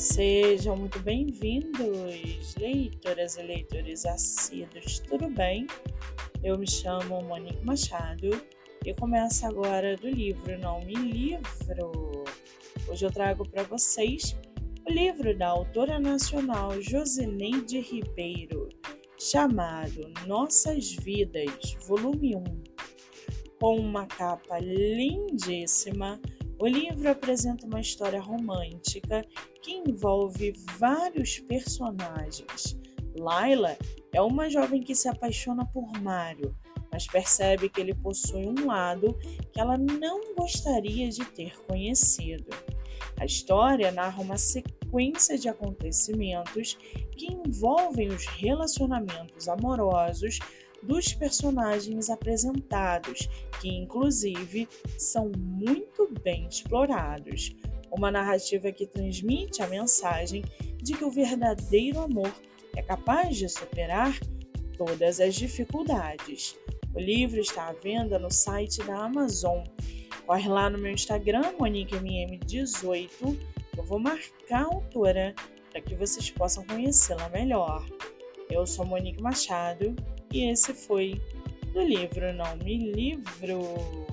Sejam muito bem-vindos, leitoras e leitores assíduos, tudo bem? Eu me chamo Monique Machado e começo agora do livro Não Me Livro. Hoje eu trago para vocês o livro da autora nacional Josineide Ribeiro, chamado Nossas Vidas, volume 1. Com uma capa lindíssima, o livro apresenta uma história romântica que envolve vários personagens. Laila é uma jovem que se apaixona por Mário, mas percebe que ele possui um lado que ela não gostaria de ter conhecido. A história narra uma sequência de acontecimentos que envolvem os relacionamentos amorosos dos personagens apresentados, que inclusive são muito bem explorados. Uma narrativa que transmite a mensagem de que o verdadeiro amor é capaz de superar todas as dificuldades. O livro está à venda no site da Amazon. Corre lá no meu Instagram, MoniqueMM18, eu vou marcar a autora para que vocês possam conhecê-la melhor. Eu sou Monique Machado e esse foi do livro Não Me Livro.